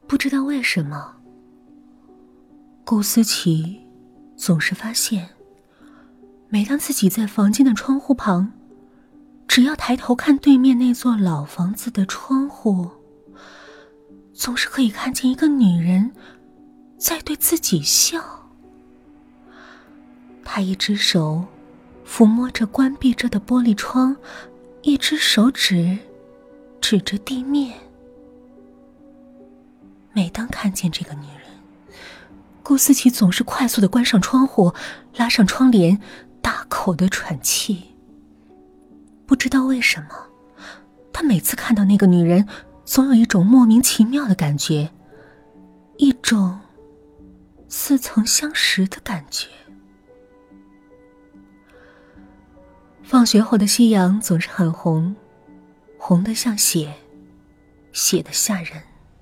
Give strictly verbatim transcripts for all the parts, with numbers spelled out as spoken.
不知道为什么，顾思琪总是发现，每当自己在房间的窗户旁，只要抬头看对面那座老房子的窗户，总是可以看见一个女人在对自己笑。她一只手抚摸着关闭着的玻璃窗，一只手指指着地面。每当看见这个女人，顾思琪总是快速地关上窗户，拉上窗帘，大口地喘气。不知道为什么，他每次看到那个女人，总有一种莫名其妙的感觉，一种似曾相识的感觉。放学后的夕阳总是很红，红得像血，血得吓人。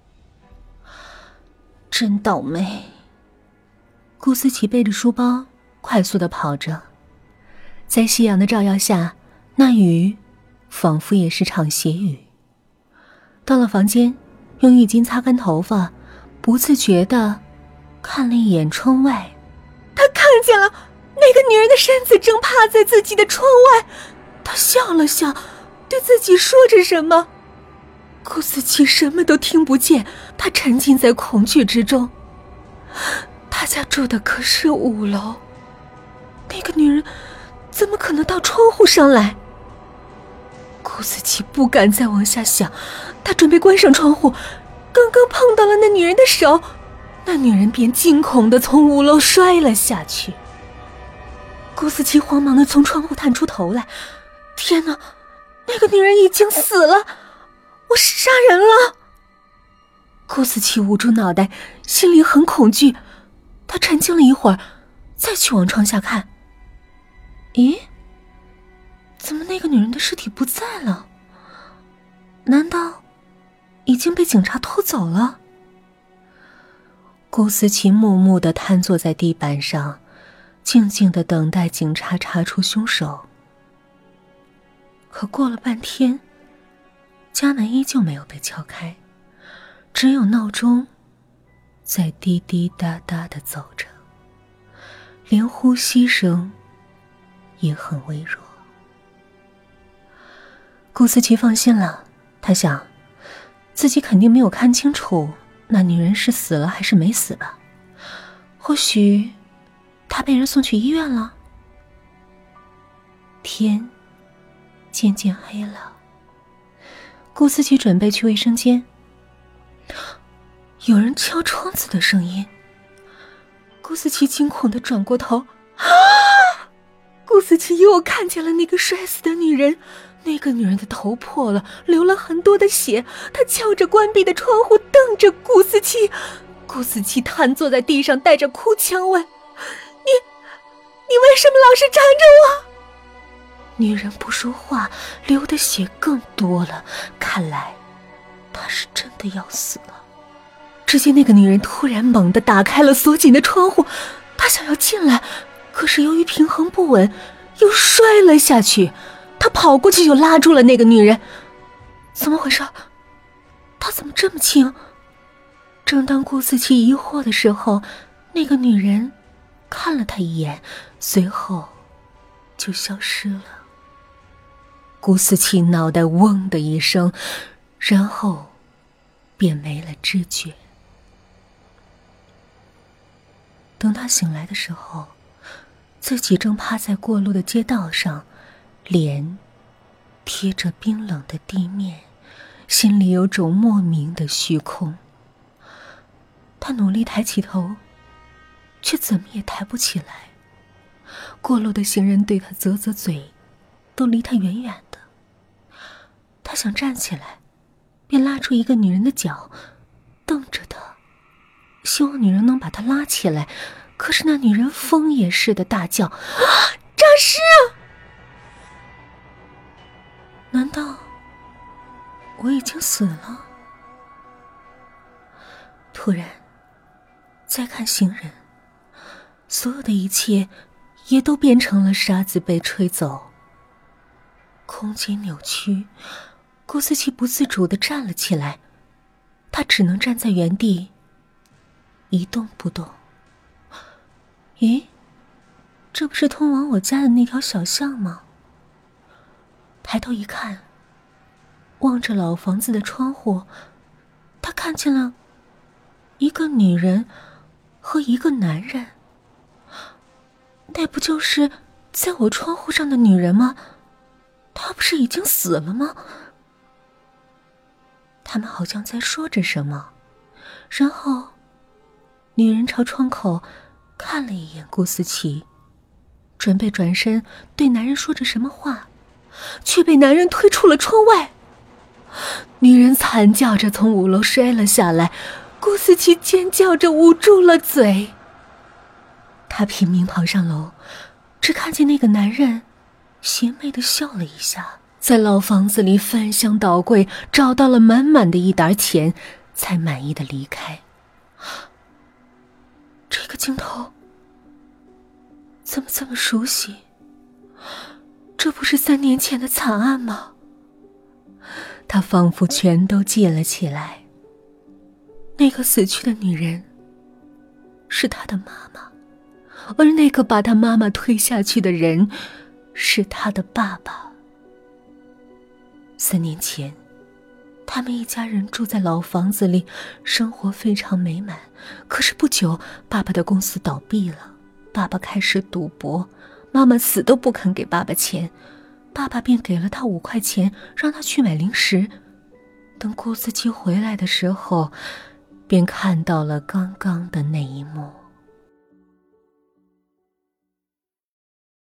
真倒霉。顾思琪背着书包快速地跑着，在夕阳的照耀下，那雨仿佛也是场血雨。到了房间，用浴巾擦干头发，不自觉地看了一眼窗外。他看见了那个女人的身子正趴在自己的窗外，他笑了笑，对自己说着什么。顾思琪什么都听不见，他沉浸在恐惧之中。他家住的可是五楼，那个女人怎么可能到窗户上来？顾思琪不敢再往下想，他准备关上窗户，刚刚碰到了那女人的手，那女人便惊恐地从五楼摔了下去。顾思琪慌忙地从窗户探出头来，天哪，那个女人已经死了，我杀人了！顾思琪捂住脑袋，心里很恐惧。他沉静了一会儿，再去往窗下看。咦，怎么那个女人的尸体不在了？难道已经被警察偷走了？顾思琪木木地瘫坐在地板上，静静地等待警察查出凶手。可过了半天，家门依旧没有被敲开，只有闹钟在滴滴答答地走着，连呼吸声也很微弱。顾思琪放心了，她想，自己肯定没有看清楚那女人是死了还是没死吧，或许她被人送去医院了。天渐渐黑了，顾思琪准备去卫生间，有人敲窗子的声音。顾思琪惊恐地转过头，啊！顾思琪又看见了那个摔死的女人，那个女人的头破了，流了很多的血，她敲着关闭的窗户，瞪着顾思琪。顾思琪瘫坐在地上，带着哭腔问：你你为什么老是缠着我？女人不说话，流的血更多了，看来她是真的要死了。只见那个女人突然猛地打开了锁紧的窗户，她想要进来，可是由于平衡不稳，又摔了下去。她跑过去就拉住了那个女人。怎么回事？她怎么这么轻？正当顾思琪疑惑的时候，那个女人看了她一眼，随后就消失了。顾思琪脑袋嗡的一声，然后便没了知觉。等他醒来的时候，自己正趴在过路的街道上，脸贴着冰冷的地面，心里有种莫名的虚空。他努力抬起头，却怎么也抬不起来。过路的行人对他啧啧嘴，都离他远远的。他想站起来，便拉住一个女人的脚，瞪着她，希望女人能把她拉起来。可是那女人疯也似的大叫：啊，诈尸啊！难道我已经死了？突然再看行人，所有的一切也都变成了沙子被吹走。空间扭曲，顾思琪不自主地站了起来， 他只能站在原地一动不动。咦，这不是通往我家的那条小巷吗？抬头一看，望着老房子的窗户，他看见了一个女人和一个男人。那不就是在我窗户上的女人吗？她不是已经死了吗？他们好像在说着什么，然后女人朝窗口看了一眼顾思琪，准备转身对男人说着什么话，却被男人推出了窗外。女人惨叫着从五楼摔了下来，顾思琪尖叫着捂住了嘴。她拼命跑上楼，只看见那个男人邪魅地笑了一下，在老房子里翻箱倒柜，找到了满满的一沓钱，才满意的离开。这个镜头怎么这么熟悉？这不是三年前的惨案吗？他仿佛全都记了起来。那个死去的女人是他的妈妈，而那个把他妈妈推下去的人是他的爸爸。三年前，他们一家人住在老房子里，生活非常美满。可是不久，爸爸的公司倒闭了，爸爸开始赌博，妈妈死都不肯给爸爸钱，爸爸便给了他五块钱，让他去买零食。等顾思琪回来的时候，便看到了刚刚的那一幕。